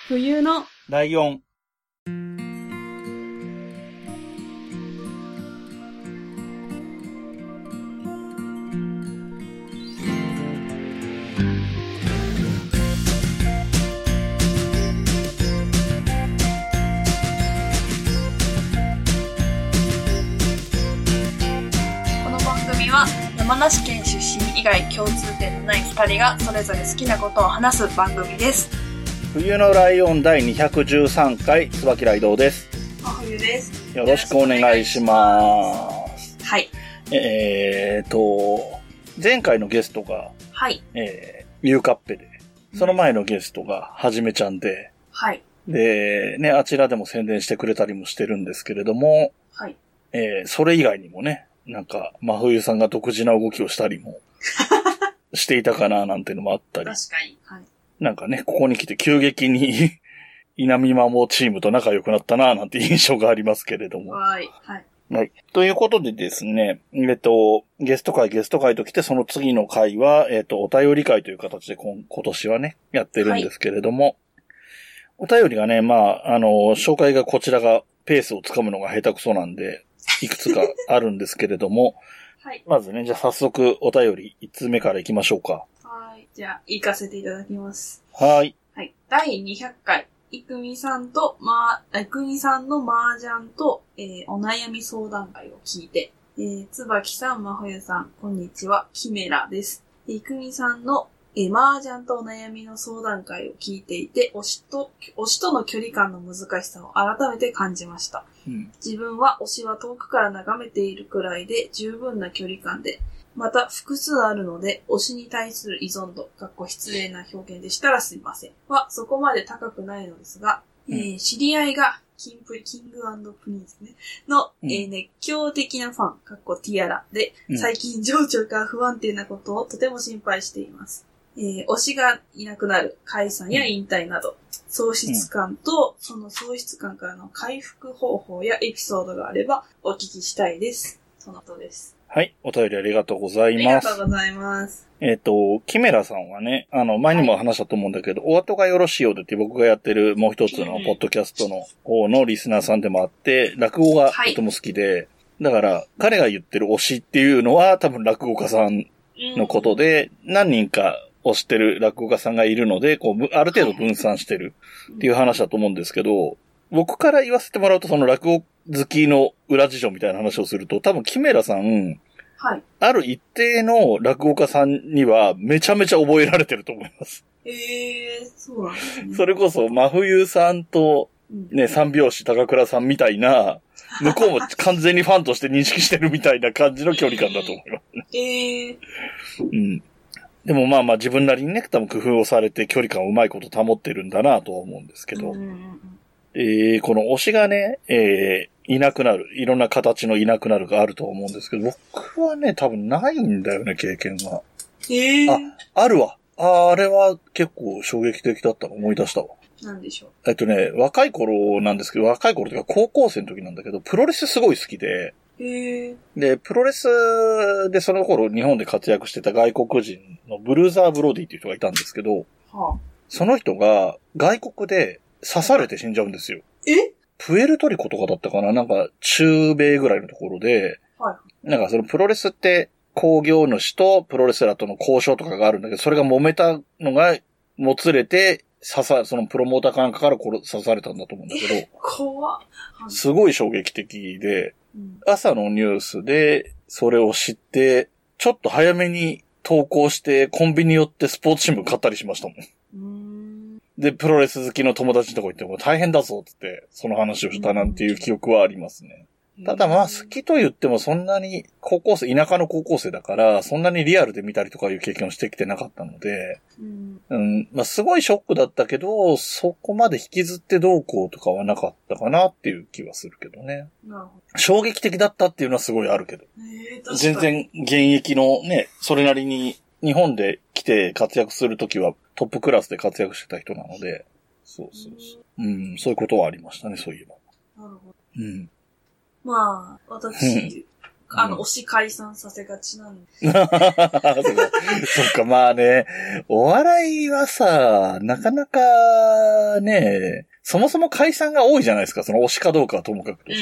冬のライオン。 この番組は山梨県出身以外共通点のない2人がそれぞれ好きなことを話す番組です。 冬のライオン第213回、椿ライドウです。 真冬です。 よろしくお願いします。 はい。 前回のゲストが、 はい。 ゆうかっぺで、その前のゲストがはじめちゃんで、 はい。 で、ね、あちらでも宣伝してくれたりもしてるんですけれども、 はい。 それ以外にもね、なんか、真冬さんが独自な動きをしたりもしていたかななんていうのもあったり。 確かに。はい。 なんかね、ここに来て急激に稲見マモチームと仲良くなったななんて印象がありますけれども。 はい。はい。 はい。ということでですね、ゲスト会と来て、その次の回は、お便り会という形で今年はね、やってるんですけれども、はい、お便りがね、紹介がこちらがペースをつかむのが下手くそなんで、いくつかあるんですけれども、はい。まずね、じゃあ早速お便り1通目から行きましょうか。 はい。じゃあ、行かせていただきます。 はい。 はい。第200回。いくみさんの麻雀と、お悩み相談会を聞いて、つばきさん、まほゆさん、こんにちは、キメラです。いくみさんの、麻雀とお悩みの相談会を聞いていて、推しとの距離感の難しさを改めて感じました。うん、自分は推しは遠くから眺めているくらいで十分な距離感で、また複数あるので、推しに対する依存度、失礼な表現でしたらすいません。は、そこまで高くないのですが、知り合いが、キング&プリンスね、の、熱狂的なファン、ティアラで、最近情緒が不安定なことをとても心配しています。推しがいなくなる、解散や引退など、喪失感と、その喪失感からの回復方法やエピソードがあれば、お聞きしたいです。そのとです。 はい。お便りありがとうございます。 ありがとうございます。 キメラさんはね、前にも話したと思うんだけど、お後がよろしいようでって僕がやってるもう一つのポッドキャストの方のリスナーさんでもあって、落語がとても好きで、だから、彼が言ってる推しっていうのは多分落語家さんのことで、何人か推してる落語家さんがいるので、ある程度分散してるっていう話だと思うんですけど、僕から言わせてもらうと、その落語好きの裏事情みたいな話をすると、多分キメラさん、はい。ある一定の落語家さんにはめちゃめちゃ覚えられてると思います。 そうなんですね。 それこそ、真冬さんと、ね、三拍子高倉さんみたいな、向こうも完全にファンとして認識してるみたいな感じの距離感だと思いますね。うん。でも自分なりにね、多分工夫をされて距離感をうまいこと保ってるんだなとは思うんですけど、この推しがね、いなくなる。いろんな形のいなくなるがあると思うんですけど、僕はね、多分ないんだよね、経験が。あるわ。あれは結構衝撃的だったの思い出したわ。 なんでしょう。 若い頃なんですけど、若い頃というか高校生の時なんだけど、プロレスすごい好きで、で、プロレスでその頃日本で活躍してた外国人のブルーザー・ブロディっていう人がいたんですけど、その人が外国で刺されて死んじゃうんですよ。プエルトリコとかだったかな、なんか中米ぐらいのところで、なんかそのプロレスって興行主とプロレスラーとの交渉とかがあるんだけど、それが揉めたのがもつれてそのプロモーターかなんかから刺されたんだと思うんだけど、 怖っ。 すごい衝撃的で、朝のニュースでそれを知って、ちょっと早めに投稿してコンビニ寄ってスポーツ新聞買ったりしましたもん。で、プロレス好きの友達のとこ行っても大変だぞって、その話をしたなんていう記憶はありますね。ただ好きと言ってもそんなに田舎の高校生だから、そんなにリアルで見たりとかいう経験をしてきてなかったので、すごいショックだったけど、そこまで引きずってどうこうとかはなかったかなっていう気はするけどね。衝撃的だったっていうのはすごいあるけど。全然現役のね、それなりに日本で来て活躍するときはトップクラスで活躍してた人なので、そういうことはありましたね、そういえば。 なるほど。 うん。 私推し解散させがちなんで。 そっか、まあね、お笑いはさ、なかなかね、そもそも解散が多いじゃないですか、その推しかどうかはともかくとして。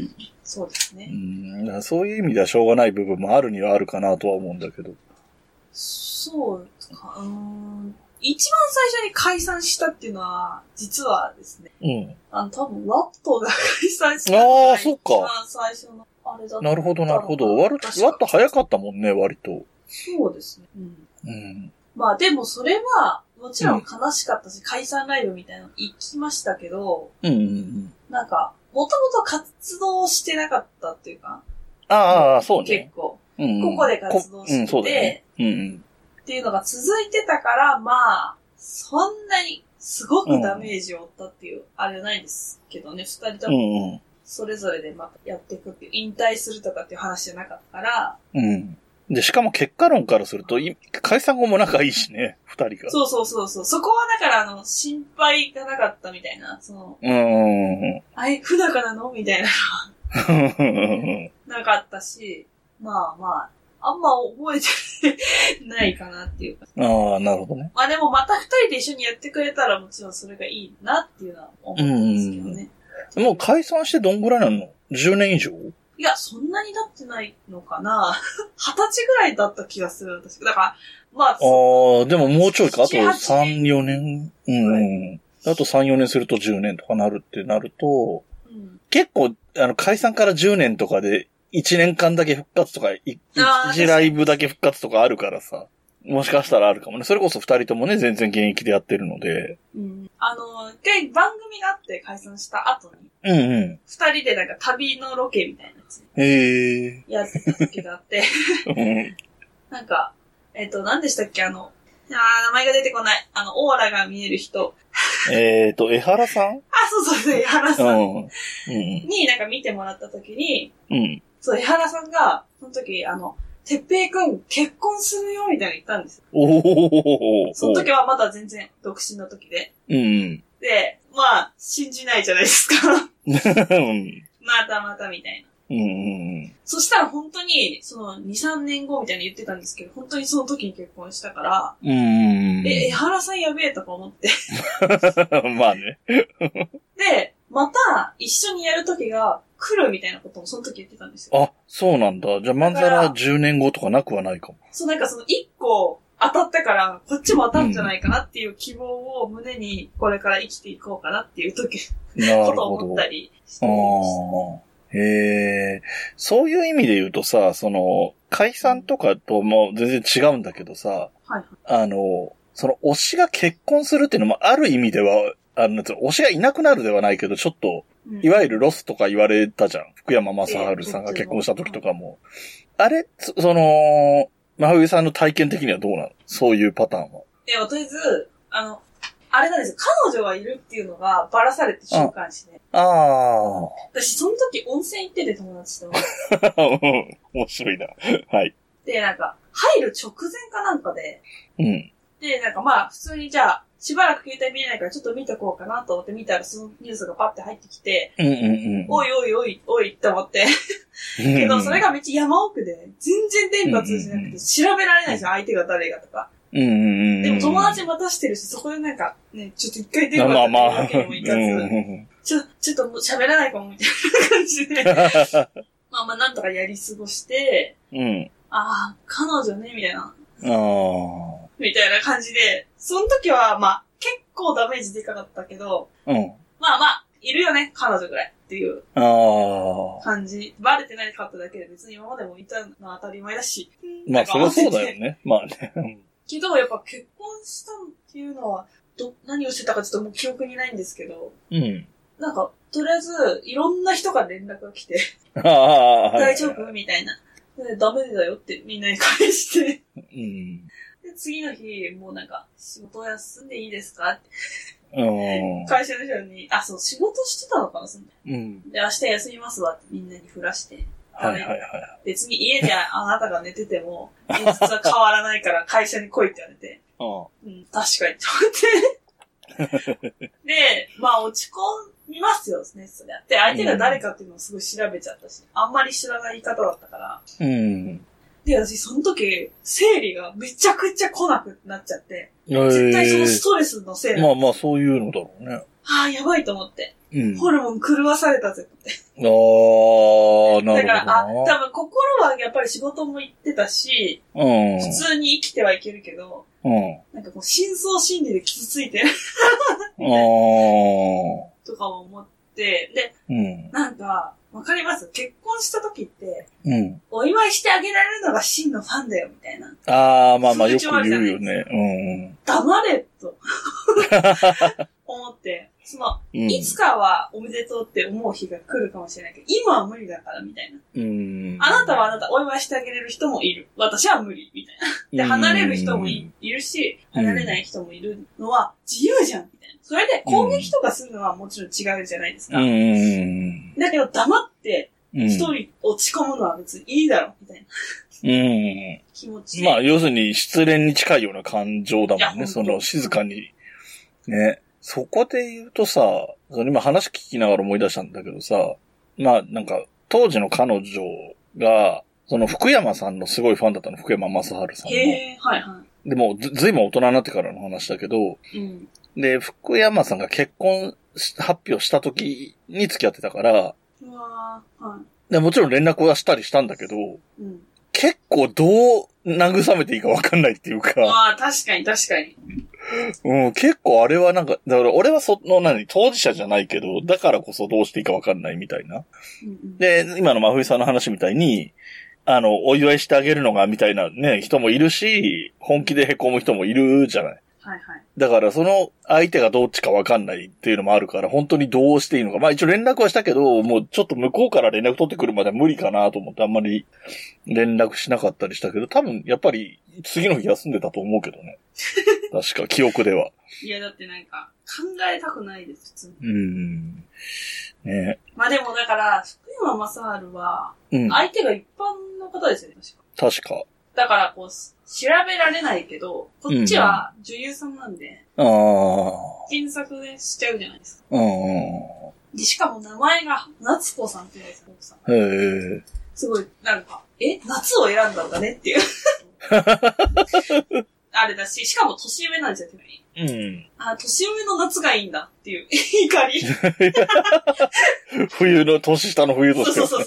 そうですね。 そういう意味ではしょうがない部分もあるにはあるかなとは思うんだけど。 そうか、一番最初に解散したっていうのは、実はですね。多分、ワットが解散したのが一番最初の、あれだった。 なるほど、なるほど。ワット早かったもんね、割と。 そうですね。まあでもそれは、もちろん悲しかったし、解散ライブみたいなの行きましたけど、なんか、もともと活動してなかったっていうか、 そうね。 結構、ここで活動してて、っていうのが続いてたから、まあ、そんなにすごくダメージを負ったっていう、あれはないですけどね、二人とも、それぞれでまたやっていくっていう、引退するとかっていう話じゃなかったから、 で、しかも結果論からすると、解散後も仲いいしね、二人が。 そう。そこはだから心配がなかったみたいな、不仲なのみたいなのは、なかったし、まあ、あんま覚えてないかなっていうか。 なるほどね。 まあでもまた二人で一緒にやってくれたらもちろんそれがいいなっていうのは思うんですけどね。 もう解散してどんぐらいなの ?10 年以上いや、そんなに経ってないのかな20歳ぐらいだった気がする、私。だから、まあ。 でももうちょいか。あと3、4年。あと3、4年すると10年とかなるってなると、結構、解散から10年とかで、1年間だけ復活とか、1ライブだけ復活とかあるからさ。もしかしたらあるかもね。それこそ2人ともね、全然現役でやってるので。 一回番組があって解散した後に。2人でなんか旅のロケみたいなやつ。やってた時があって。なんか、何でしたっけ名前が出てこない。オーラが見える人。 江原さんそう、江原さん。になんか見てもらった時に、そう、江原さんが、その時、てっぺいくん結婚するよみたいな言ったんですよ。その時はまだ全然独身の時で。で、まあ、信じないじゃないですか。またみたいな。そしたら本当に、2、3年後みたいに言ってたんですけど、本当にその時に結婚したから、江原さんやべえとか思って。 まあね。 で、また一緒にやる時が来るみたいなこともその時言ってたんですよ。 そうなんだ。じゃあまんざら10年後とかなくはないかも。 そう、なんか1個当たったから、こっちも当たるんじゃないかなっていう希望を胸に、これから生きていこうかなっていう時、ことを思ったりしてました。 そういう意味で言うとさ、解散とかとも全然違うんだけどさ、推しが結婚するっていうのもある意味では、推しがいなくなるではないけど、ちょっと、いわゆるロスとか言われたじゃん。福山雅治さんが結婚した時とかも。あれ、真冬さんの体験的にはどうなの？そういうパターンは。 とりあえず、あれなんですよ。彼女がいるっていうのがばらされて週刊誌で。私、その時温泉行ってて友達と。 面白いな。はい。 で、なんか、入る直前かなんかで。で、なんかまあ、普通にじゃあ、しばらく携帯見れないからちょっと見とこうかなと思って見たら、そのニュースがパッて入ってきて、おいって思って。けど、それがめっちゃ山奥で、全然電波通じなくて、調べられないじゃん、相手が誰がとか。でも友達待たしてるし、そこでなんか、ね、ちょっと一回電話かけるわけにもいかず、ちょっともう喋らないかも、みたいな感じで。まあ、なんとかやり過ごして、彼女ね、みたいな。みたいな感じで、その時は、まあ、結構ダメージでかかったけど、まあ、いるよね、彼女ぐらいっていう感じ。バレてないかっただけで別に今までもいたのは当たり前だし。 まあ、そりゃそうだよね。まあね。 けど、やっぱ結婚したっていうのは、何をしてたかちょっともう記憶にないんですけど、なんか、とりあえず、いろんな人から連絡が来て、大丈夫みたいな。ダメだよってみんなに返して、で、次の日、もうなんか、仕事休んでいいですかって会社の人に、仕事してたのかな、そんな。で、明日休みますわってみんなに振らして、別に家であなたが寝てても、現実は変わらないから会社に来いって言われて、確かにって思って。で、まあ落ち込見ますよ、ネットで。で、相手が誰かっていうのをすごい調べちゃったし、あんまり知らない方だったから。 うん。 で、私、その時、生理がめちゃくちゃ来なくなっちゃって、絶対そのストレスのせいだ。 まあまあ、そういうのだろうね。 ああ、やばいと思って。 うん、 ホルモン狂わされたぜって。 ああ、なるほど。だから、 多分心はやっぱり仕事も行ってたし、 うん、 普通に生きてはいけるけど、 うん、 なんかこう、深層心理で傷ついてるとかも思って、で、 うん、 なんか、わかります？結婚した時って、 うん。 お祝いしてあげられるのが真のファンだよ、みたいな。 ああ、まあまあよく言うよね。うん。 黙れ、と思って、いつかはおめでとうって思う日が来るかもしれないけど、今は無理だから、みたいな。あなたはあなた、お祝いしてあげれる人もいる。私は無理、みたいな。で、離れる人もいるし、離れない人もいるのは自由じゃん、みたいな。それで攻撃とかするのはもちろん違うじゃないですか。だけど黙って、一人落ち込むのは別にいいだろ、みたいな。気持ち。 まあ、要するに失恋に近いような感情だもんね。その静かに。ね。そこで言うとさ、今話聞きながら思い出したんだけどさ、まあなんか、当時の彼女が、その福山さんのすごいファンだったの、福山雅治さんの。 はいはい。 でもずいぶん大人になってからの話だけど、で、福山さんが結婚発表した時に付き合ってたから、はい、でもちろん連絡はしたりしたんだけど、結構どう慰めていいか分かんないっていうか。 ああ、確かに確かに。 結構あれはなんか、だから俺は当事者じゃないけど、だからこそどうしていいか分かんないみたいな。で、今の真冬さんの話みたいに、お祝いしてあげるのがみたいなね、人もいるし、本気で凹む人もいるじゃない。 はいはい。 だからその相手がどっちか分かんないっていうのもあるから、本当にどうしていいのか。まあ一応連絡はしたけど、もうちょっと向こうから連絡取ってくるまでは無理かなと思ってあんまり連絡しなかったりしたけど、多分やっぱり次の日休んでたと思うけどね。確か記憶では。 いやだってなんか考えたくないです、普通に。ね。 まあでもだから、福山雅治は、相手が一般の方ですよね、 確か。 だからこう、調べられないけど、こっちは女優さんなんで、検索でしちゃうじゃないですか。で、しかも名前が夏子さんって言うんですよ、奥さん。すごい、なんか、夏を選んだんだねっていう。あれだし、しかも年上なんですよ、年上の夏がいいんだっていう怒り。 冬の、年下の冬として。 そう。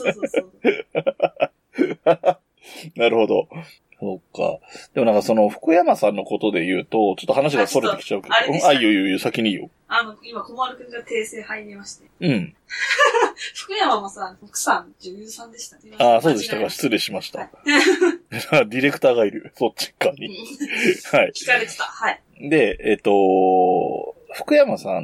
なるほど。そうか。でもなんかその福山さんのことで言うと、ちょっと話が逸れてきちゃうけど。いいよ、先にいいよ。 今、小丸くんが訂正入りまして。福山もさ、奥さん、女優さんでしたね。 ああ、そうでしたか。失礼しました。ディレクターがいる。そっち側に。はい。 聞かれてた。はい。 で、福山さんって、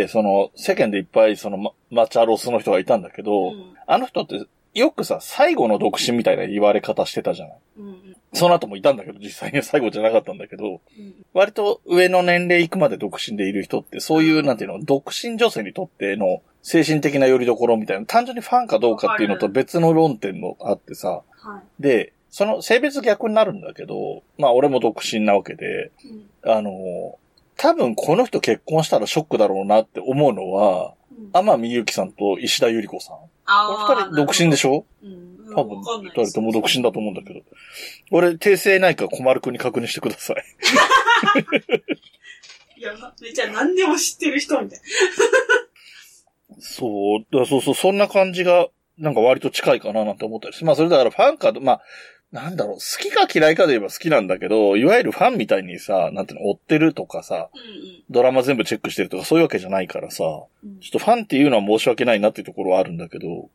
世間でいっぱいマチャロスの人がいたんだけど、あの人って、よくさ、最後の独身みたいな言われ方してたじゃない。その後もいたんだけど、実際には最後じゃなかったんだけど、割と上の年齢行くまで独身でいる人って、そういう、なんていうの、独身女性にとっての精神的な拠り所みたいな、単純にファンかどうかっていうのと別の論点もあってさ、で、その性別逆になるんだけど、まあ俺も独身なわけで、多分この人結婚したらショックだろうなって思うのは、天海祐希さんと石田ゆり子さん。二人独身でしょ？多分二人とも独身だと思うんだけど。俺、訂正ないか小丸くんに確認してください。 いや、めちゃ何でも知ってる人みたいな。 そう、そんな感じが、なんか割と近いかななんて思ったりして。まあそれだからファンか、まあ、なんだろう、好きか嫌いかで言えば好きなんだけど、いわゆるファンみたいにさ、なんていうの、追ってるとかさ、ドラマ全部チェックしてるとかそういうわけじゃないからさ、ちょっとファンっていうのは申し訳ないなっていうところはあるんだけど、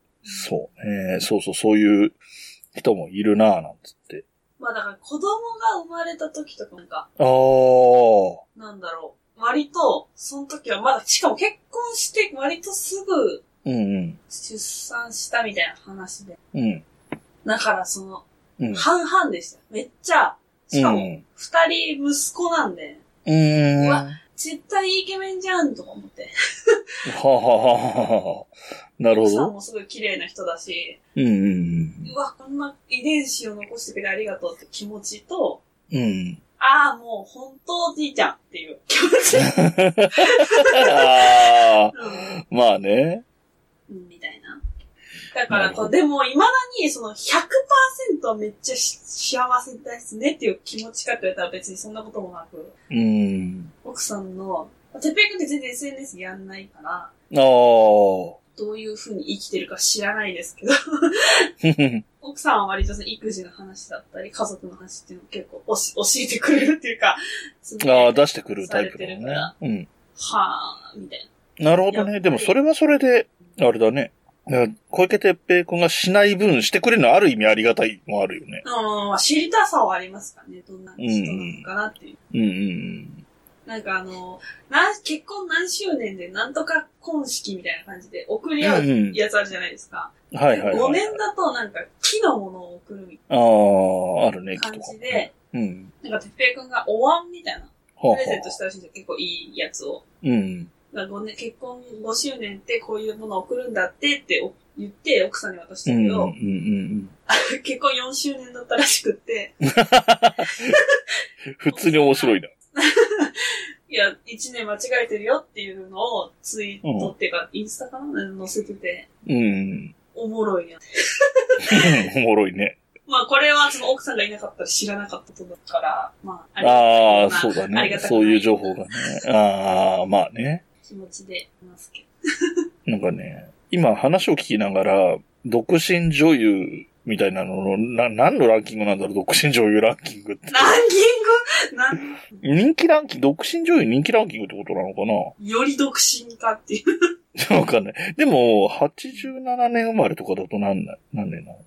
そういう人もいるなぁなんつって。 まあだから子供が生まれた時とかなんか、なんだろう、割と、その時はまだ、しかも結婚して割とすぐ、出産したみたいな話で。だから半々でした。めっちゃ、しかも、二人息子なんで、うわ、絶対イケメンじゃんとか思って。 なるほど。 奥さんもすごい綺麗な人だし、うわ、こんな遺伝子を残してくれてありがとうって気持ちと、ああ、もう本当おじいちゃんっていう気持ち。なんまあね。 みたいな。だからでも未だにその 100% めっちゃ幸せですねっていう気持ちかって言われたら別にそんなこともなく。奥さんの、てっぺいくんって全然 SNS やんないから、どういう風に生きてるか知らないですけど、奥さんは割とその育児の話だったり、家族の話っていうのを結構教えてくれるっていうか、 出してくるタイプだね。はぁ、みたいな。なるほどね。でもそれはそれで、あれだね。小池徹平君がしない分してくれるのはある意味ありがたいもあるよね。 知りたさはありますかね。どんな人なのかなっていう。なんか結婚何周年でなんとか婚式みたいな感じで送り合うやつあるじゃないですか。 はいはい。 5年だとなんか木のものを送るみたいな。あるね、 感じで、なんかてっぺいくんがお椀みたいなプレゼントしたらしいんですよ。結構いいやつを。結婚5周年ってこういうものを送るんだって言って奥さんに渡したけど、結婚4周年だったらしくって。 普通に面白いな。 いや、1年間違えてるよっていうのをツイートっていうか、インスタかな載せてて。おもろいやおもろいね。 まあこれはその奥さんがいなかったら知らなかったことだから、まあ、そうだね。そういう情報がね。まあね。 気持ちでいますけど。なんかね、今話を聞きながら、独身女優みたいなのの、何のランキングなんだろう、独身女優ランキングって。 ランキング人気ランキング、独身女優人気ランキングってことなのかな？ より独身かっていう。 わかんない。でも、87年生まれとかだと何年なの？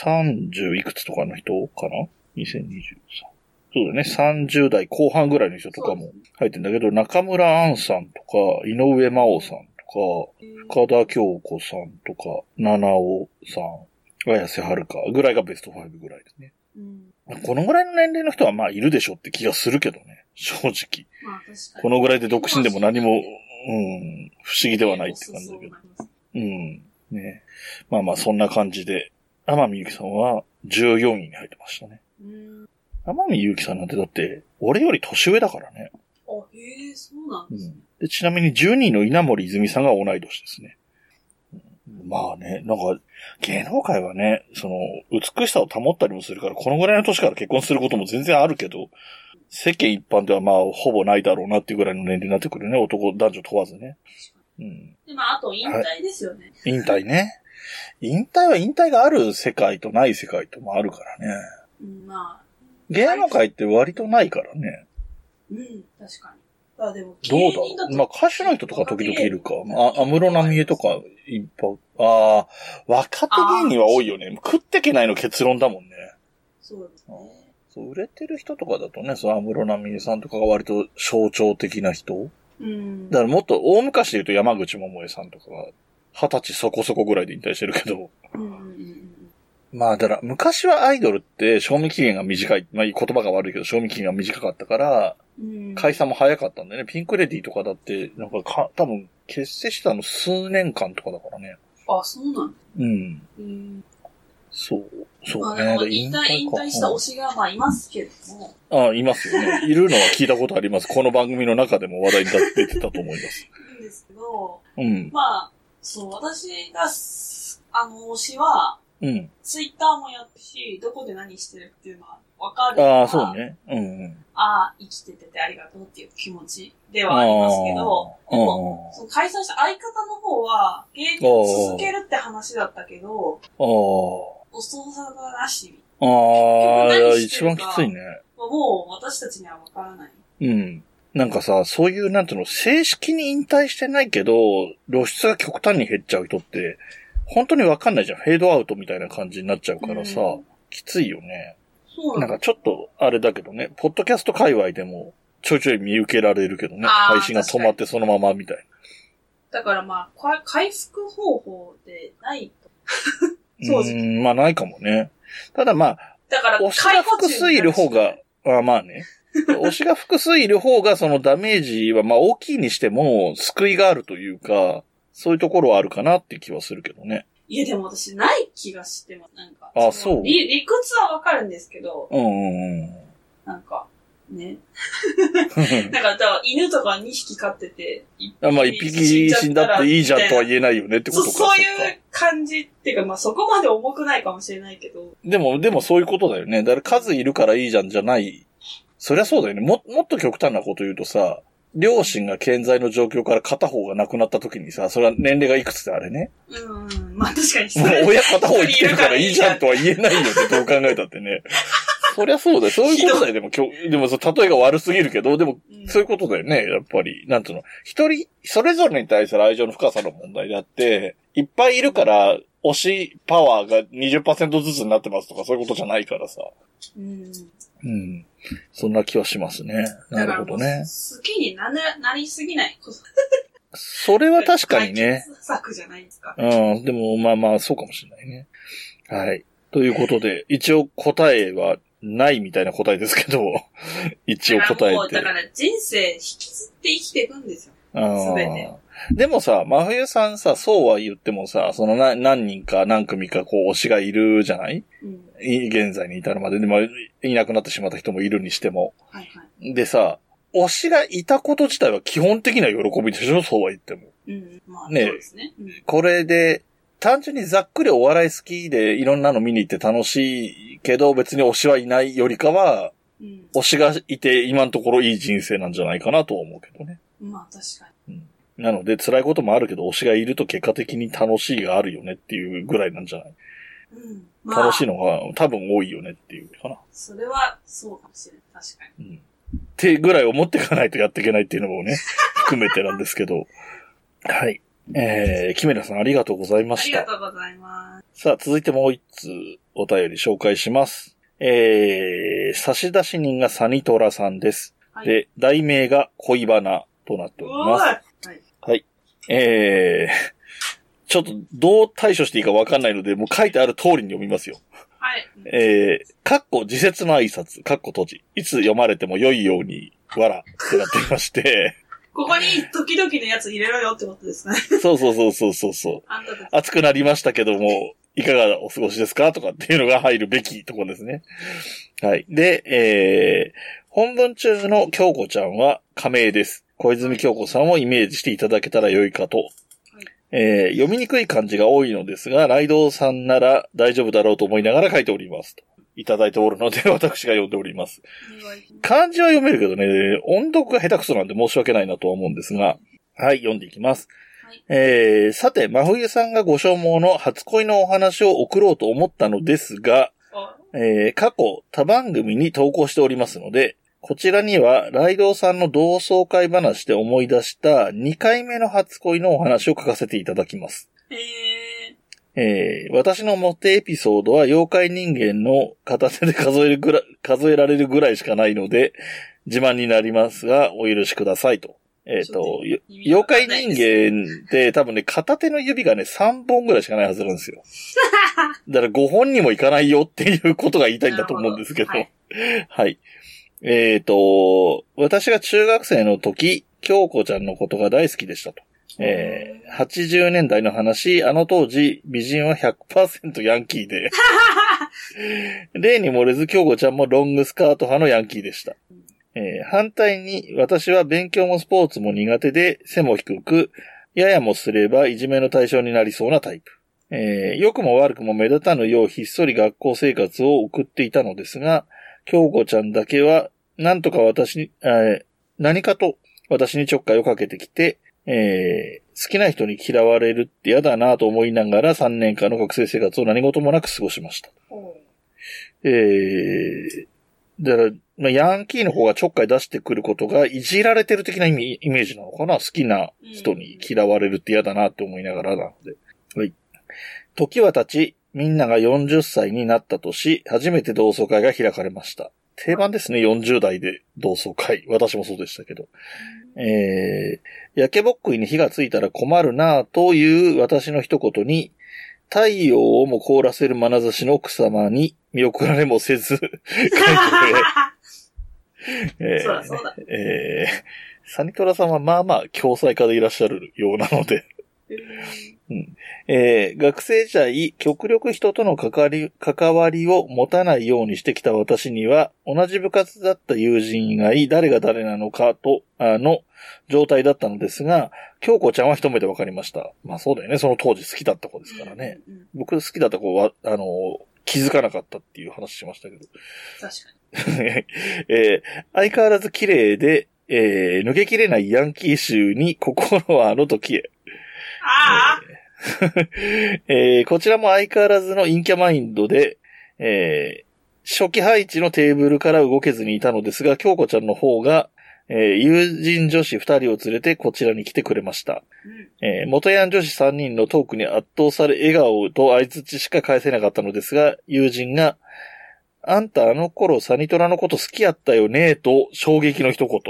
30 いくつとかの人かな？ 2023。そうだね。30代後半ぐらいの人とかも入ってんだけど、中村杏さんとか、井上真央さんとか、深田恭子さんとか、七尾さん、綾瀬はるかぐらいがベスト5ぐらいですね。このぐらいの年齢の人はまあいるでしょって気がするけどね。正直。 確かにこのぐらいで独身でも何も、不思議ではないって感じだけど。ね。まあまあそんな感じで、天海祐希さんは14位に入ってましたね。天海祐希さんなんてだって、俺より年上だからね。 へえ、そうなんですね。 で、ちなみに12位の稲森泉さんが同い年ですね。まあね、なんか、芸能界はね、その、美しさを保ったりもするから、このぐらいの年から結婚することも全然あるけど、世間一般ではまあ、ほぼないだろうなっていうぐらいの年齢になってくるね、男、男女問わずね。 で、まあ、あと引退ですよね。 引退ね。引退は引退がある世界とない世界ともあるからね。 まあ。 芸能界って割とないからね。 確かに。でもどうだろう。まあ歌手の人とか時々いるか。安室奈美恵とかいっぱい。若手芸人は多いよね。食ってけないの結論だもんね。 そうですね。 売れてる人とかだとね、その安室奈美恵さんとかが割と象徴的な人。だからもっと大昔で言うと山口百恵さんとかが20歳そこそこぐらいで引退してるけど。まあだから昔はアイドルって賞味期限が短い。まあ言葉が悪いけど賞味期限が短かったから、解散も早かったんだよね。ピンクレディーとかだって、なんか多分結成したの数年間とかだからね。 そうなの？ そうね。 引退した推しがまあいますけれども。 いますよね。いるのは聞いたことあります。この番組の中でも話題に出てたと思います。 いるんですけど、まあ、そう、私が、推しは、ツイッターもやってし、どこで何してるっていうのはわかるから。 そうね。 生きててありがとうっていう気持ちではありますけど、でも、その解散した相方の方は、芸人を続けるって話だったけど、遅さがなし。 一番きついね。 もう私たちにはわからない。 なんかさ、そういう、なんていうの、正式に引退してないけど、露出が極端に減っちゃう人って、本当にわかんないじゃん。フェードアウトみたいな感じになっちゃうからさ、きついよね。なんかちょっと、あれだけどね、ポッドキャスト界隈でも、ちょいちょい見受けられるけどね。配信が止まってそのままみたいな。だからまあ、回復方法でないと。そうですね。 まあないかもね。ただまあ、 だから推しが複数いる方が、まあね。推しが複数いる方がそのダメージはまあ大きいにしても救いがあるというか、そういうところはあるかなって気はするけどね。 いやでも私ない気がしてます。なんか。 そう。 理屈はわかるんですけど。なんか、 ね。なんか、犬とか2匹飼ってて、 まあ1匹死んだっていいじゃんとは言えないよねってことか。 そういう感じっていうか、まあそこまで重くないかもしれないけど。 でもそういうことだよね。だから数いるからいいじゃんじゃない。そりゃそうだよね。もっと極端なこと言うとさ、両親が健在の状況から片方が亡くなった時にさ、それは年齢がいくつであれね。 まあ確かにそれ。親片方生きてるからいいじゃんとは言えないよね、どう考えたってね。そりゃそうだよ。そういうことだよ。でも例えが悪すぎるけど、でも、そういうことだよね。やっぱり、なんていうの。一人、それぞれに対する愛情の深さの問題であって、いっぱいいるから、推しパワーが 20% ずつになってますとか、そういうことじゃないからさ。そんな気はしますね。なるほどね。 好きになりすぎないこと。 それは確かにね。 解決策じゃないですか。 でもまあそうかもしれないね。はい。ということで、一応答えはないみたいな答えですけど、一応答えて。 だから人生引きずって生きていくんですよ。すべて。 でもさ、真冬さんさ、そうは言ってもさ、その何人か何組かこう推しがいるじゃない？現在に至るまでで、まあ、いなくなってしまった人もいるにしても。でさ、推しがいたこと自体は基本的な喜びでしょ？そうは言っても。 まあ、ね、そうですね。 これで、単純にざっくりお笑い好きでいろんなの見に行って楽しいけど、別に推しはいないよりかは、推しがいて今のところいい人生なんじゃないかなと思うけどね。 まあ確かに。 なので辛いこともあるけど、推しがいると結果的に楽しいがあるよねっていうぐらいなんじゃない？まあ、楽しいのが多分多いよねっていうかな。 それはそうかもしれない。確かに。 ってぐらい思っていかないとやっていけないっていうのもね、含めてなんですけど。はい。キメラさんありがとうございました。 ありがとうございます。 さあ、続いてもう一通お便り紹介します。差出人がサニトラさんです。で、題名が恋バナとなっております。はい。ちょっとどう対処していいかわかんないので、もう書いてある通りに読みますよ。 はい。 自説の挨拶、閉じ。いつ読まれても良いように、わら、ってなっていまして。 ここに時々のやつ入れろよってことですね。 そう。熱くなりましたけども、いかがお過ごしですかとかっていうのが入るべきところですね。はい。で、本文中の京子ちゃんは仮名です。小泉京子さんをイメージしていただけたら良いかと。読みにくい漢字が多いのですが、ライドウさんなら大丈夫だろうと思いながら書いております。いただいておるので、私が読んでおります。漢字は読めるけどね、音読が下手くそなんで申し訳ないなとは思うんですが、はい、読んでいきます。さて、真冬さんがご所望の初恋のお話を送ろうと思ったのですが、過去他番組に投稿しておりますので、こちらにはライドウさんの同窓会話で思い出した2回目の初恋のお話を書かせていただきます。私のモテエピソードは妖怪人間の片手で数えられるぐらいしかないので、自慢になりますが、お許しくださいと。妖怪人間って多分ね、片手の指がね、3本ぐらいしかないはずなんですよ。だから5本にもいかないよっていうことが言いたいんだと思うんですけど。はい。私が中学生の時、京子ちゃんのことが大好きでしたと。80年代の話、あの当時、美人は 100% ヤンキーで。例に漏れず京子ちゃんもロングスカート派のヤンキーでした。反対に私は勉強もスポーツも苦手で背も低く、ややもすればいじめの対象になりそうなタイプ。良くも悪くも目立たぬようひっそり学校生活を送っていたのですが、京子ちゃんだけは何かと私にちょっかいをかけてきて、好きな人に嫌われるって嫌だなと思いながら3年間の学生生活を何事もなく過ごしました。だから、ヤンキーの方がちょっかい出してくることがいじられてる的なイメージなのかな？好きな人に嫌われるって嫌だなって思いながらなので。はい。時は経ち、みんなが40歳になった年、初めて同窓会が開かれました。定番ですね、40代で同窓会。私もそうでしたけど。焼けぼっくいに火がついたら困るなぁという私の一言に、太陽をも凍らせる眼差しの奥様に見送られもせず、そうだそうだ。 サニトラさんはまあまあ共済家でいらっしゃるようなので、 学生時代、極力人との関わりを持たないようにしてきた私には、同じ部活だった友人以外、誰が誰なのかと、の状態だったのですが、京子ちゃんは一目で分かりました。まあそうだよね、その当時好きだった子ですからね。僕好きだった子は、気づかなかったっていう話しましたけど。 確かに。 相変わらず綺麗で、抜けきれないヤンキー臭に心はあの時へ。こちらも相変わらずの陰キャマインドで、初期配置のテーブルから動けずにいたのですが、京子ちゃんの方が、友人女子2人を連れてこちらに来てくれました。元ヤン女子3人のトークに圧倒され笑顔と相槌しか返せなかったのですが、友人が、あんたあの頃サニトラのこと好きやったよねと衝撃の一言。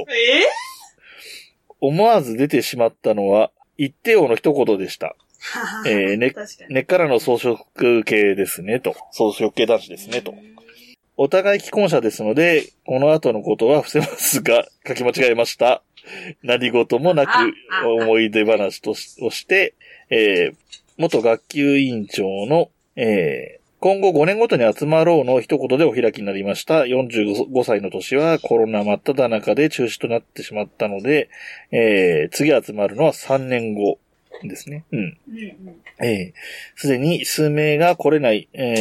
思わず出てしまったのは、言ってよの一言でした。根っからの草食系ですねと。草食系男子ですねと。お互い既婚者ですので、この後のことは伏せますが、書き間違えました。何事もなく思い出話をして、元学級委員長の、今後5年ごとに集まろうの一言でお開きになりました。45歳の年はコロナ真っ只中で中止となってしまったので、次集まるのは3年後ですね。すでに数名の来れ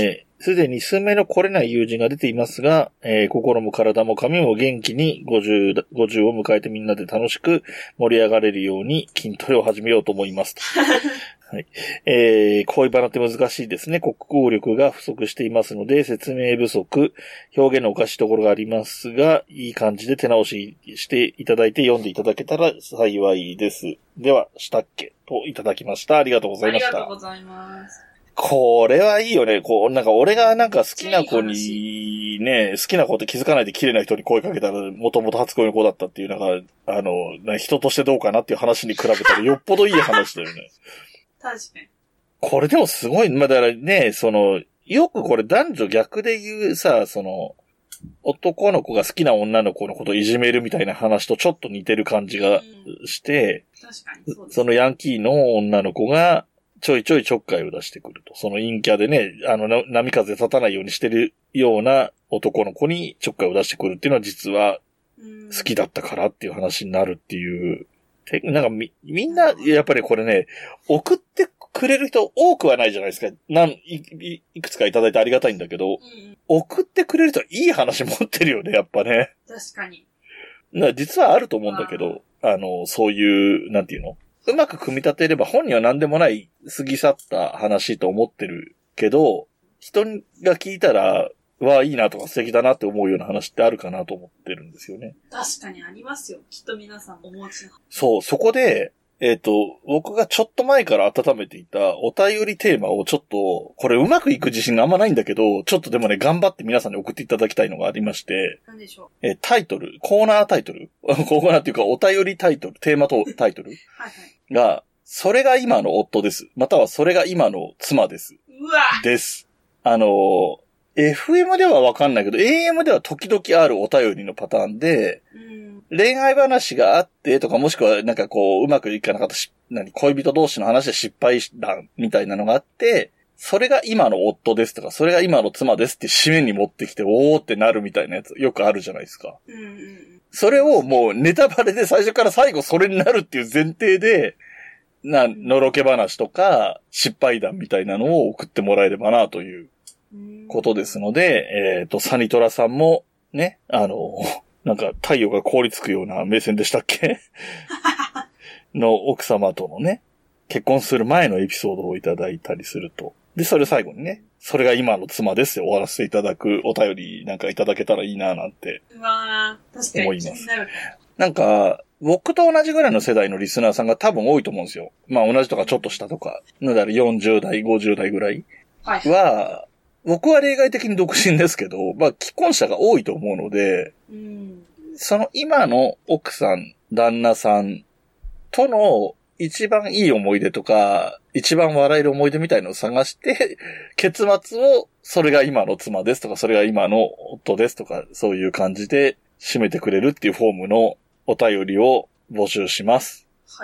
ない友人が出ていますが、心も体も髪も元気に50を迎えてみんなで楽しく盛り上がれるように筋トレを始めようと思いますと。はい。恋バナって難しいですね。国語力が不足していますので、説明不足、表現のおかしいところがありますが、いい感じで手直ししていただいて読んでいただけたら幸いです。では、したっけといただきました。ありがとうございました。 ありがとうございます。 これはいいよね。なんか俺が好きな子にね、好きな子って気づかないで綺麗な人に声かけたら、もともと初恋の子だったっていう、人としてどうかなっていう話に比べたらよっぽどいい話だよね。 確かに。 これでもすごい、だからね、よくこれ男女逆で言うさ、男の子が好きな女の子のことをいじめるみたいな話とちょっと似てる感じがして、 確かにそうですね。 そのヤンキーの女の子がちょいちょいちょっかいを出してくると。その陰キャでね、波風立たないようにしてるような男の子にちょっかいを出してくるっていうのは実は好きだったからっていう話になるっていう。なんかみんな、やっぱりこれね、送ってくれる人多くはないじゃないですか。いくつかいただいてありがたいんだけど、送ってくれる人いい話持ってるよね、やっぱね。 確かに。 実はあると思うんだけど、そういう、なんていうの？うまく組み立てれば本人は何でもない過ぎ去った話と思ってるけど、人が聞いたら、いいなとか素敵だなって思うような話ってあるかなと思ってるんですよね。 確かにありますよ。きっと皆さんお持ちの。 そう、そこで、僕がちょっと前から温めていたお便りテーマをちょっと、これうまくいく自信があんまないんだけど、ちょっとでもね、頑張って皆さんに送っていただきたいのがありまして、 何でしょう？タイトル、コーナータイトルコーナーっていうかお便りタイトル、テーマとタイトルはいが、それが今の夫です。またはそれが今の妻です。 うわです。FM ではわかんないけど、AM では時々あるお便りのパターンで、恋愛話があってとか、もしくはうまくいかなかった恋人同士の話で失敗談みたいなのがあって、それが今の夫ですとか、それが今の妻ですって締めに持ってきて、おーってなるみたいなやつ、よくあるじゃないですか。それをもうネタバレで最初から最後それになるっていう前提で、のろけ話とか、失敗談みたいなのを送ってもらえればなということですので、サニトラさんも、ね、太陽が凍りつくような目線でしたっけの奥様とのね、結婚する前のエピソードをいただいたりすると。で、それを最後にね、それが今の妻ですよ、終わらせていただくお便りいただけたらいいななんて思います。僕と同じぐらいの世代のリスナーさんが多分多いと思うんですよ。まあ同じとかちょっと下とか。だから40代、50代ぐらいは、僕は例外的に独身ですけど、既婚者が多いと思うので、その今の奥さん、旦那さんとの一番いい思い出とか、一番笑える思い出みたいのを探して、結末をそれが今の妻ですとか、それが今の夫ですとか、そういう感じで締めてくれるっていうフォームのお便りを募集します。 はい。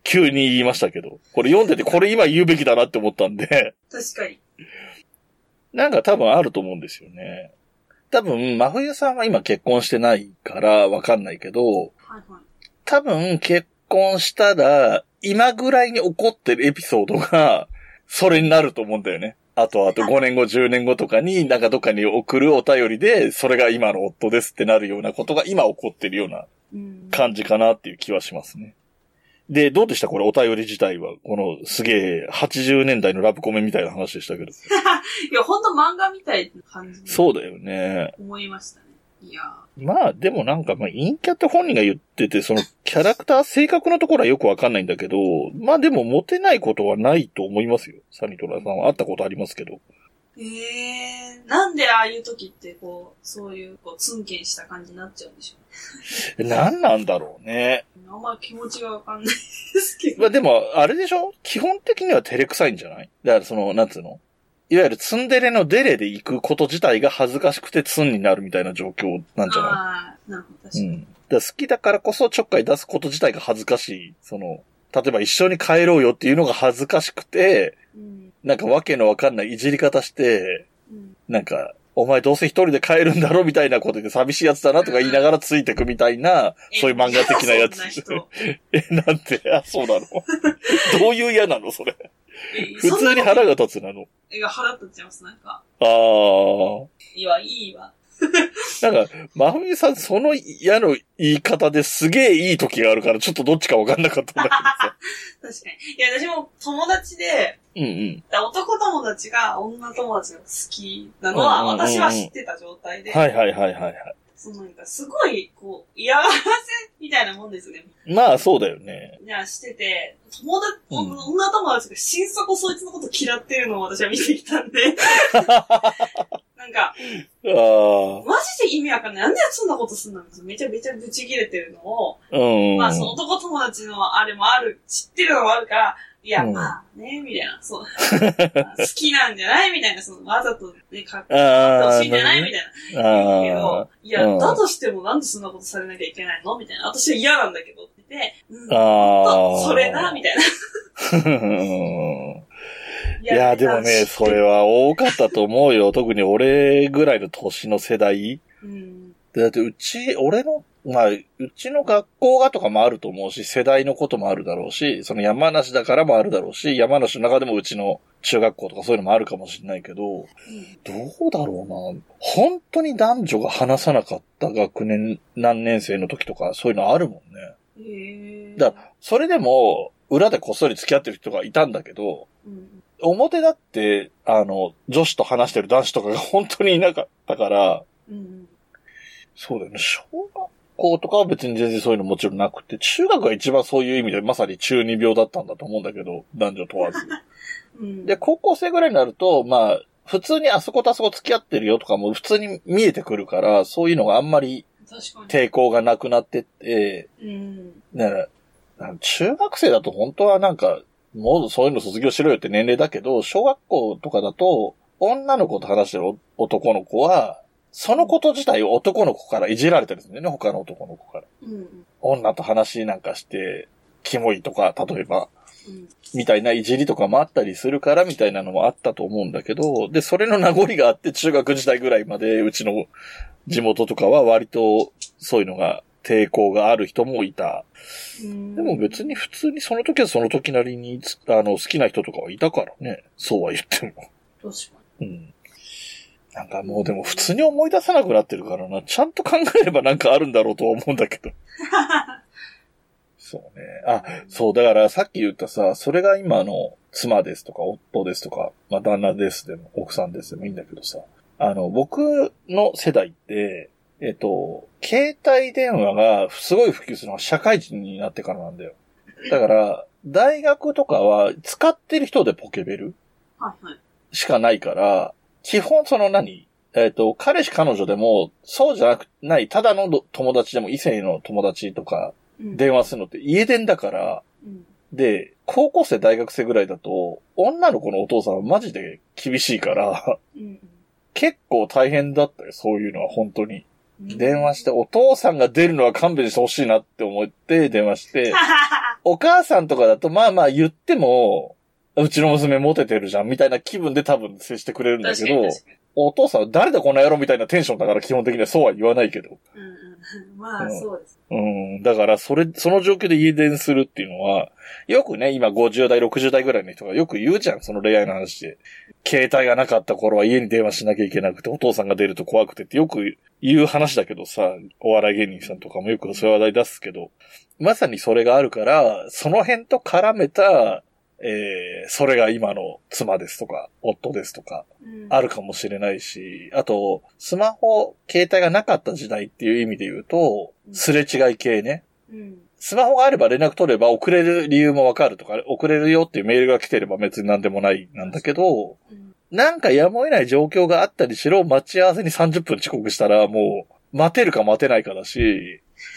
急に言いましたけど。これ読んでてこれ今言うべきだなって思ったんで。 確かに。 なんか多分あると思うんですよね。多分、真冬さんは今結婚してないからわかんないけど、 はいはい。 多分結婚したら、今ぐらいに起こってるエピソードが、それになると思うんだよね。あと5年後、10年後とかに、なんかどっかに送るお便りで、それが今の夫ですってなるようなことが今起こってるような感じかなっていう気はしますね。で、どうでしたこれお便り自体は。このすげえ80年代のラブコメみたいな話でしたけど。 いや、ほんと漫画みたいな感じ。 そうだよね。 思いましたね。いやまあでもなんか、陰キャって本人が言ってて、そのキャラクター性格のところはよくわかんないんだけど、まあでもモテないことはないと思いますよ。サニトラさんは会ったことありますけど。 なんでああいう時ってそういうツンケンした感じになっちゃうんでしょう。 何なんだろうね。 あんま気持ちがわかんないですけど。 まあでも、あれでしょ基本的には照れくさいんじゃないだからなんつうのいわゆるツンデレのデレで行くこと自体が恥ずかしくてツンになるみたいな状況なんじゃないああ、なるほど、確かに。 だから好きだからこそちょっかい出すこと自体が恥ずかしい。例えば一緒に帰ろうよっていうのが恥ずかしくて、なんかわけのわかんないいじり方して、なんか、お前どうせ一人で帰るんだろみたいなことで寂しいやつだなとか言いながらついてくみたいな、そういう漫画的なやつ。なんて、そうなのどういう嫌なのそれ。普通に腹が立つなの。 いや、腹立っちゃいます、なんか。いいわ。 なんか、真冬さんその嫌の言い方ですげえいい時があるから、ちょっとどっちかわかんなかったんだけどさ。 確かに。いや、私も友達で、男友達が女友達が好きなのは、私は知ってた状態で。 はい。 なんか、すごい、嫌がらせみたいなもんですね。 まあ、そうだよね。 いや、してて、女友達が心底そいつのこと嫌ってるのを私は見てきたんで。なんか、マジで意味わかんない。なんでそんなことすんのめちゃめちゃブチ切れてるのを、まあ、その男友達のあれもある、知ってるのもあるから、いや、まあね、みたいな、好きなんじゃないみたいな、わざとね、かっこほしいんじゃないみたいな。言うけど、いや、だとしてもなんでそんなことされなきゃいけないのみたいな。私は嫌なんだけどって言って、それな、みたいな。 いや、でもね、それは多かったと思うよ。特に俺ぐらいの年の世代。だってうちの学校がとかもあると思うし、世代のこともあるだろうし、その山梨だからもあるだろうし、山梨の中でもうちの中学校とかそういうのもあるかもしれないけど、どうだろうな。本当に男女が話さなかった学年何年生の時とかそういうのあるもんね。だからそれでも裏でこっそり付き合ってる人がいたんだけど、表だって、女子と話してる男子とかが本当にいなかったから、そうだよね。小学校とかは別に全然そういうのもちろんなくて、中学が一番そういう意味でまさに中二病だったんだと思うんだけど、男女問わず。で、高校生ぐらいになると、まあ、普通にあそことあそこ付き合ってるよとかも普通に見えてくるから、そういうのがあんまり抵抗がなくなってって、だから中学生だと本当はなんか、もうそういうの卒業しろよって年齢だけど、小学校とかだと、女の子と話してる男の子は、そのこと自体を男の子からいじられてるんですよね、他の男の子から。女と話なんかして、キモいとか、例えば、みたいないじりとかもあったりするから、みたいなのもあったと思うんだけど、で、それの名残があって、中学時代ぐらいまで、うちの地元とかは割と、そういうのが、抵抗がある人もいた。でも別に普通にその時はその時なりに、好きな人とかはいたからね。そうは言っても。 確かに。 なんかもうでも普通に思い出さなくなってるからな。ちゃんと考えればなんかあるんだろうとは思うんだけど。そうね。そう、だからさっき言ったさ、それが今の妻ですとか夫ですとか、まあ旦那ですでも奥さんですでもいいんだけどさ。僕の世代って、携帯電話がすごい普及するのは社会人になってからなんだよ。だから、大学とかは使ってる人でポケベルしかないから、基本彼氏彼女でも、そうじゃない、ただの友達でも異性の友達とか、電話するのって家電だから、で、高校生大学生ぐらいだと、女の子のお父さんはマジで厳しいから、結構大変だったよ、そういうのは本当に。電話して、お父さんが出るのは勘弁してほしいなって思って電話して、 お母さんとかだとまあまあ言っても、うちの娘モテてるじゃんみたいな気分で多分接してくれるんだけど、お父さんは誰だこの野郎みたいなテンションだから基本的にはそうは言わないけど。 うんうん。まあ、そうです。 うん。だからその状況で家電するっていうのは、よくね、今50代、60代ぐらいの人がよく言うじゃん、その恋愛の話で。携帯がなかった頃は家に電話しなきゃいけなくて、お父さんが出ると怖くてってよく言う話だけどさ、お笑い芸人さんとかもよくそういう話題出すけど、まさにそれがあるから、その辺と絡めた、それが今の妻ですとか、夫ですとか、あるかもしれないし、あと、スマホ、携帯がなかった時代っていう意味で言うと、すれ違い系ね。スマホがあれば連絡取れば遅れる理由もわかるとか、遅れるよっていうメールが来てれば別に何でもないなんだけど、なんかやむを得ない状況があったりしろ、待ち合わせに30分遅刻したらもう、待てるか待てないかだし、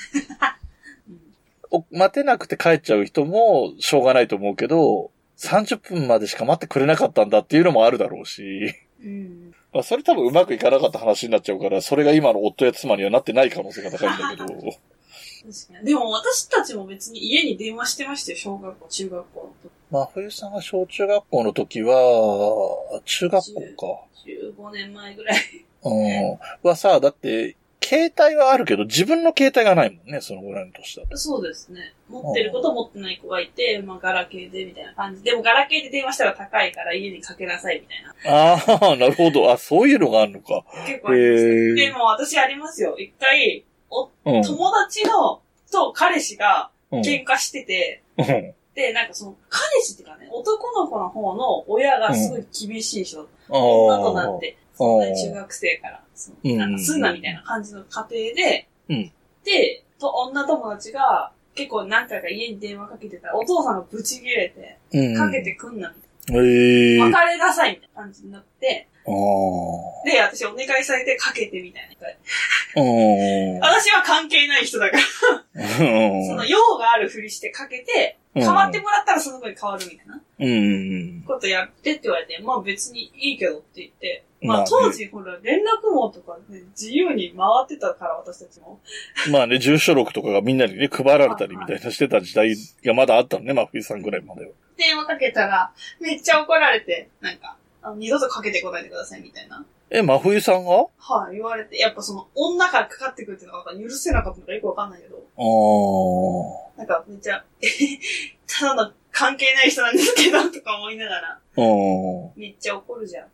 待てなくて帰っちゃう人もしょうがないと思うけど、30分までしか待ってくれなかったんだっていうのもあるだろうし、まあそれ多分うまくいかなかった話になっちゃうから、それが今の夫や妻にはなってない可能性が高いんだけど。 確かに。でも私たちも別に家に電話してましたよ、小学校、中学校の時。 まあ冬さんが小中学校の時は、中学校か。 15年前ぐらい。 はさ、だって、携帯はあるけど、自分の携帯がないもんね、そのぐらいの年だと。 そうですね。持ってる子と持ってない子がいて、まあ、ガラケーでみたいな感じ。でも、ガラケーで電話したら高いから家にかけなさいみたいな。 ああ、なるほど。あ、そういうのがあるのか。 結構ありました。でも、私ありますよ。一回、友達と彼氏が喧嘩してて、で、なんかその、彼氏っていうかね、男の子の方の親がすごい厳しい人だった。女となって、そんな中学生から。なんかすんなみたいな感じの家庭で、で、女友達が結構何回か家に電話かけてたら、お父さんがブチ切れて、かけてくんなみたいな。別れなさいみたいな感じになって、で、私お願いされてかけてみたいな。私は関係ない人だからその用があるふりしてかけて、変わってもらったらその子に変わるみたいな。ことやってって言われて、まあ別にいいけどって言って、まあ当時ほら連絡網とかね、自由に回ってたから私たちも。 まあね、住所録とかがみんなにね、配られたりみたいなしてた時代がまだあったのね、まあ冬さんぐらいまでは。 電話かけたら、めっちゃ怒られて、なんか、二度とかけてこないでくださいみたいな。 真冬さんが？ はい、言われて、やっぱその女からかかってくるっていうのが許せなかったのかよくわかんないけど。なんかめっちゃ、ただの関係ない人なんですけど、とか思いながら。めっちゃ怒るじゃん。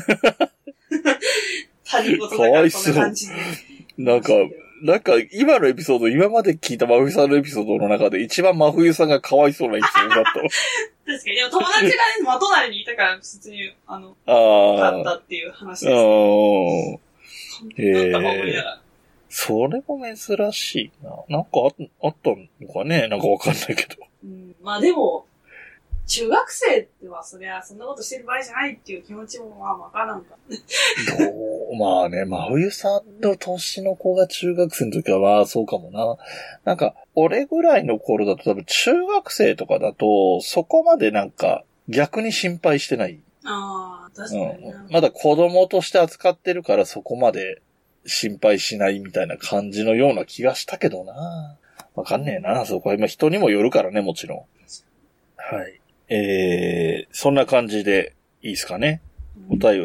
他人事だからこんな感じで。 なんか、今のエピソード、今まで聞いた真冬さんのエピソードの中で一番真冬さんがかわいそうなエピソードだった。 確かに。でも友達がね、まとなりにいたから、普通に、勝ったっていう話ですね。なんか思いながら。 それも珍しいな。なんかあったのかね、なんかわかんないけど。 まあでも、中学生ってはそりゃそんなことしてる場合じゃないっていう気持ちもまあわからんか。 まあね、真冬さんの年の子が中学生の時はまあそうかもな。なんか、俺ぐらいの頃だと多分中学生とかだと、そこまでなんか逆に心配してない。 ああ、確かに、 まだ子供として扱ってるからそこまで心配しないみたいな感じのような気がしたけどな。わかんねえな、そこは今人にもよるからね、もちろん。はい。そんな感じでいいですかね。お便りを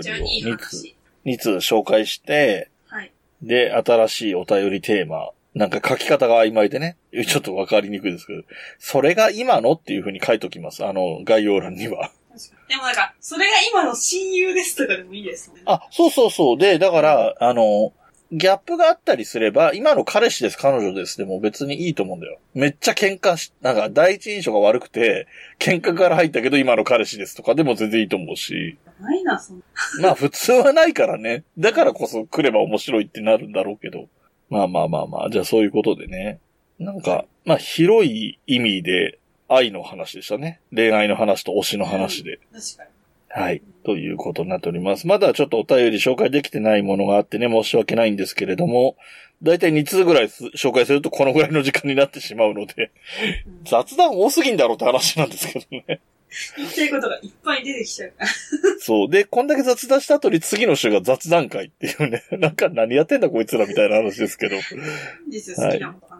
2通紹介して、 はい。 で、新しいお便りテーマ、なんか書き方が曖昧でね、ちょっとわかりにくいですけど、それが今のっていう風に書いときます。概要欄には。 でもなんか、それが今の親友ですとかでもいいですね。 あ、そうそうそう。で、だから、ギャップがあったりすれば、今の彼氏です、彼女ですでも別にいいと思うんだよ。めっちゃなんか第一印象が悪くて、喧嘩から入ったけど今の彼氏ですとかでも全然いいと思うし。 ないな、そんな。 まあ普通はないからね。だからこそ来れば面白いってなるんだろうけど。まあ。じゃあそういうことでね。なんか、まあ広い意味で愛の話でしたね。恋愛の話と推しの話で。 確かに。 はい。ということになっております。まだちょっとお便り紹介できてないものがあってね、申し訳ないんですけれども、だいたい2通ぐらい紹介するとこのぐらいの時間になってしまうので、雑談多すぎんだろうって話なんですけどね。 言いたいことがいっぱい出てきちゃうから。 そう。で、こんだけ雑談した後に次の週が雑談会っていうね、なんか何やってんだこいつらみたいな話ですけど。 実は好きなこと話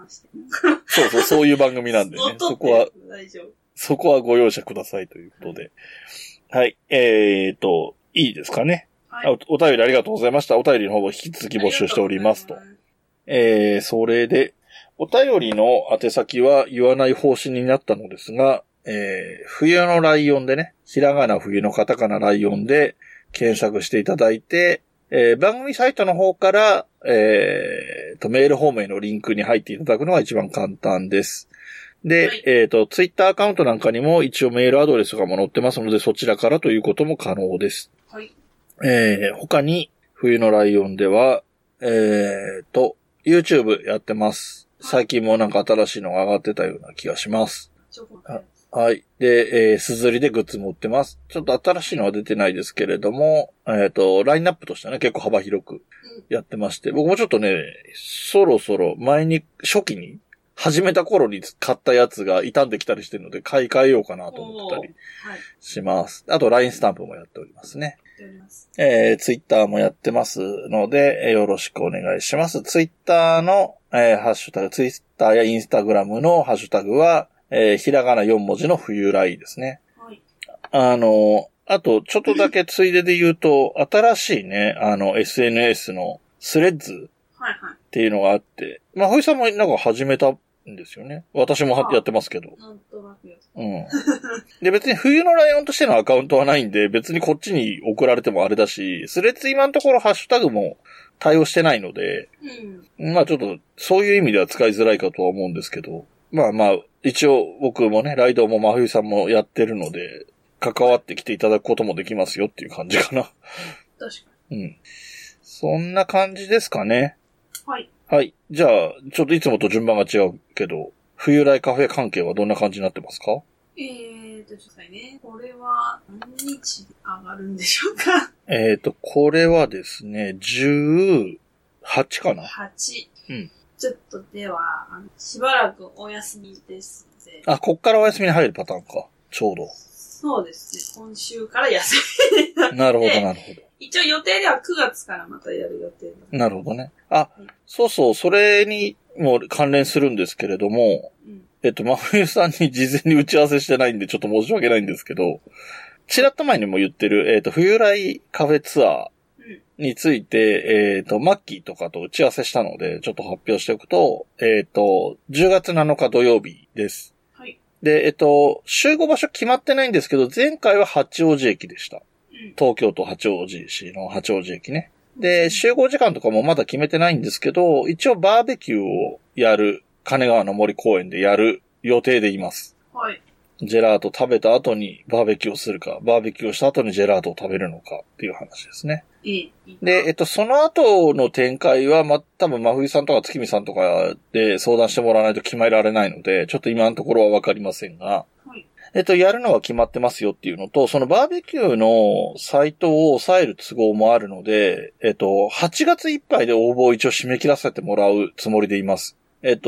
話して。 そういう番組なんでね。そこはご容赦くださいということで。はい。いいですかね。はい、お便りありがとうございました。お便りの方も引き続き募集しておりますと。それで、お便りの宛先は言わない方針になったのですが、冬のライオンでね、ひらがな冬のカタカナライオンで検索していただいて、番組サイトの方から、メールフォームへのリンクに入っていただくのが一番簡単です。で、はい、ツイッターアカウントなんかにも一応メールアドレスがも載ってますので、そちらからということも可能です。 はい。 他に、冬のライオンでは、YouTube やってます。最近もなんか新しいのが上がってたような気がします。はい。で、すずりでグッズも売ってます。ちょっと新しいのは出てないですけれども、ラインナップとしてはね、結構幅広くやってまして、僕もちょっとね、そろそろ前に、初期に、始めた頃に買ったやつが傷んできたりしてるので、買い替えようかなと思ってたりします。あと、LINE スタンプもやっておりますね。ツイッターもやってますので、よろしくお願いします。ツイッターの、ハッシュタグ、ツイッターやインスタグラムのハッシュタグは、ひらがな4文字の冬来ですね。はい。あと、ちょっとだけついでで言うと、新しいね、SNS のスレッズっていうのがあって、まあ、ほいさんもなんか始めたんですよね。私もやってますけど。 なんとなくやつ。 うん。で、別に冬のライオンとしてのアカウントはないんで、別にこっちに送られてもあれだし、スレッズ今のところハッシュタグも対応してないので、まあちょっと、そういう意味では使いづらいかとは思うんですけど、まあまあ、一応僕もね、ライドも真冬さんもやってるので、関わってきていただくこともできますよっていう感じかな。 確かに。うん。そんな感じですかね。 はい。 はい。じゃあ、ちょっといつもと順番が違うけど、冬来カフェ関係はどんな感じになってますか？ ちょっとね。これは何日で上がるんでしょうか？ これはですね、18かな？ 8。 うん。 ちょっとでは、しばらくお休みですので。 あ、こっからお休みに入るパターンか。ちょうど。 そうですね。今週から休みになるほど、なるほど。 一応予定では9月からまたやる予定です。 なるほどね。あ、そうそう、それにも関連するんですけれども、真冬さんに事前に打ち合わせしてないんでちょっと申し訳ないんですけど、ちらっと前にも言ってる、冬来カフェツアーについて、マッキーとかと打ち合わせしたので、ちょっと発表しておくと、10月7日土曜日です。 はい。 で、集合場所決まってないんですけど、前回は八王子駅でした。東京都八王子市の八王子駅ね。で、集合時間とかもまだ決めてないんですけど、一応バーベキューをやる、金川の森公園でやる予定でいます。 はい。 ジェラート食べた後にバーベキューをするか、バーベキューをした後にジェラートを食べるのかっていう話ですね。で、その後の展開は、多分真冬さんとか月見さんとかで相談してもらわないと決められないので、ちょっと今のところはわかりませんが、 はい。 やるのは決まってますよっていうのと、そのバーベキューのサイトを抑える都合もあるので、8月いっぱいで応募を一応締め切らせてもらうつもりでいます。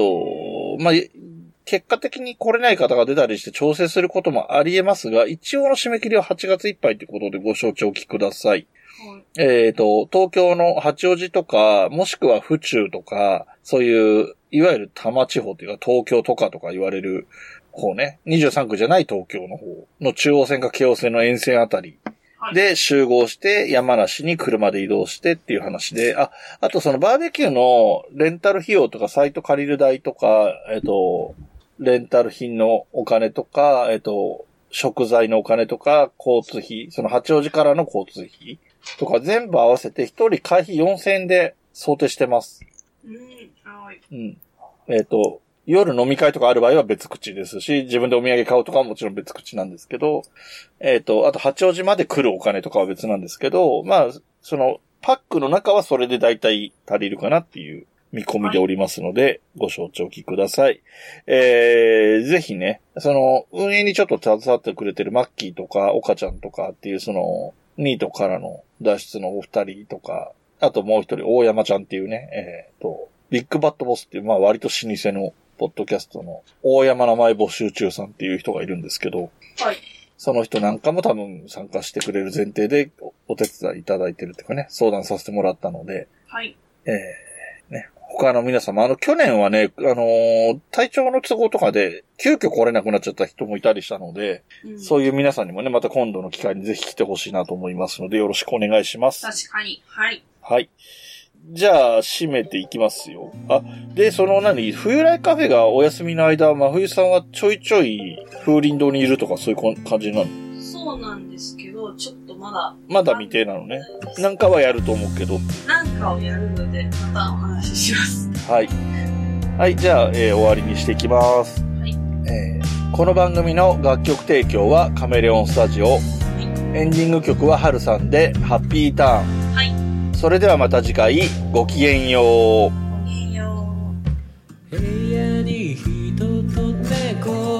結果的に来れない方が出たりして調整することもあり得ますが、一応の締め切りは8月いっぱいということでご承知おきください。はい、東京の八王子とか、もしくは府中とか、そういう、いわゆる多摩地方というか、東京とか言われる方ね、23区じゃない東京の方の中央線か京王線の沿線あたりで集合して山梨に車で移動してっていう話で、あとそのバーベキューのレンタル費用とかサイト借りる代とか、レンタル品のお金とか、食材のお金とか、交通費、その八王子からの交通費とか全部合わせて一人会費4000円で想定してます。 はい。 うん。夜飲み会とかある場合は別口ですし、自分でお土産買うとかはもちろん別口なんですけど、あと八王子まで来るお金とかは別なんですけど、まあ、その、パックの中はそれで大体足りるかなっていう見込みでおりますので、はい、ご承知おきください。ぜひね、その、運営にちょっと携わってくれてるマッキーとか、岡ちゃんとかっていうその、ニートからの脱出のお二人とか、あともう一人、大山ちゃんっていうね、ビッグバットボスっていう、まあ割と老舗のポッドキャストの大山名前募集中さんっていう人がいるんですけど、 はい。 その人なんかも多分参加してくれる前提でお手伝いいただいてるっていうかね、相談させてもらったので、 はい。 ね、 他の皆様、去年はね、体調の都合とかで、急遽来れなくなっちゃった人もいたりしたので、そういう皆さんにもね、また今度の機会にぜひ来てほしいなと思いますので、よろしくお願いします。 確かに。はい。 はい。じゃあ、締めていきますよ。で、冬来カフェがお休みの間、真冬さんはちょいちょい風鈴堂にいるとかそういう感じなの？ そうなんですけど、ちょっとまだ未定なのね。なんかはやると思うけど。 なんかをやるので、またお話しします。 はい。はい、じゃあ、終わりにしていきます。 はい。 この番組の楽曲提供はカメレオンスタジオ。はい。エンディング曲はハルさんで、ハッピーターン。はい。それではまた次回、ごきげんよう。 ごきげんよう。 部屋に人と猫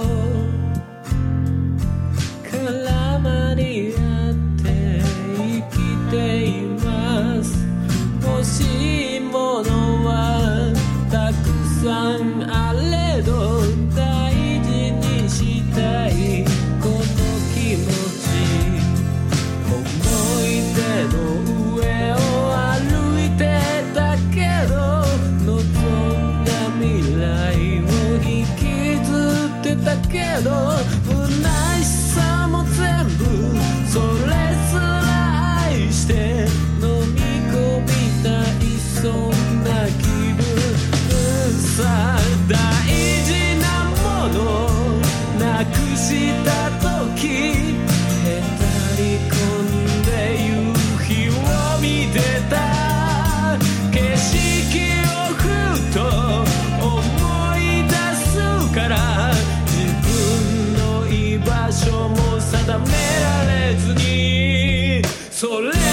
絡まり合って生きています。欲しいものはたくさんあれど大事にしたいこの気持ち、思い出の上を歩いてたけど望んだ未来を引きずってたけど虚しさも全部それすら愛して飲み込みたいそんな気分さ。大事なものなくした時へたり込んで夕日を見てた景色をふと思い出すから自分の居場所も定められずにそれ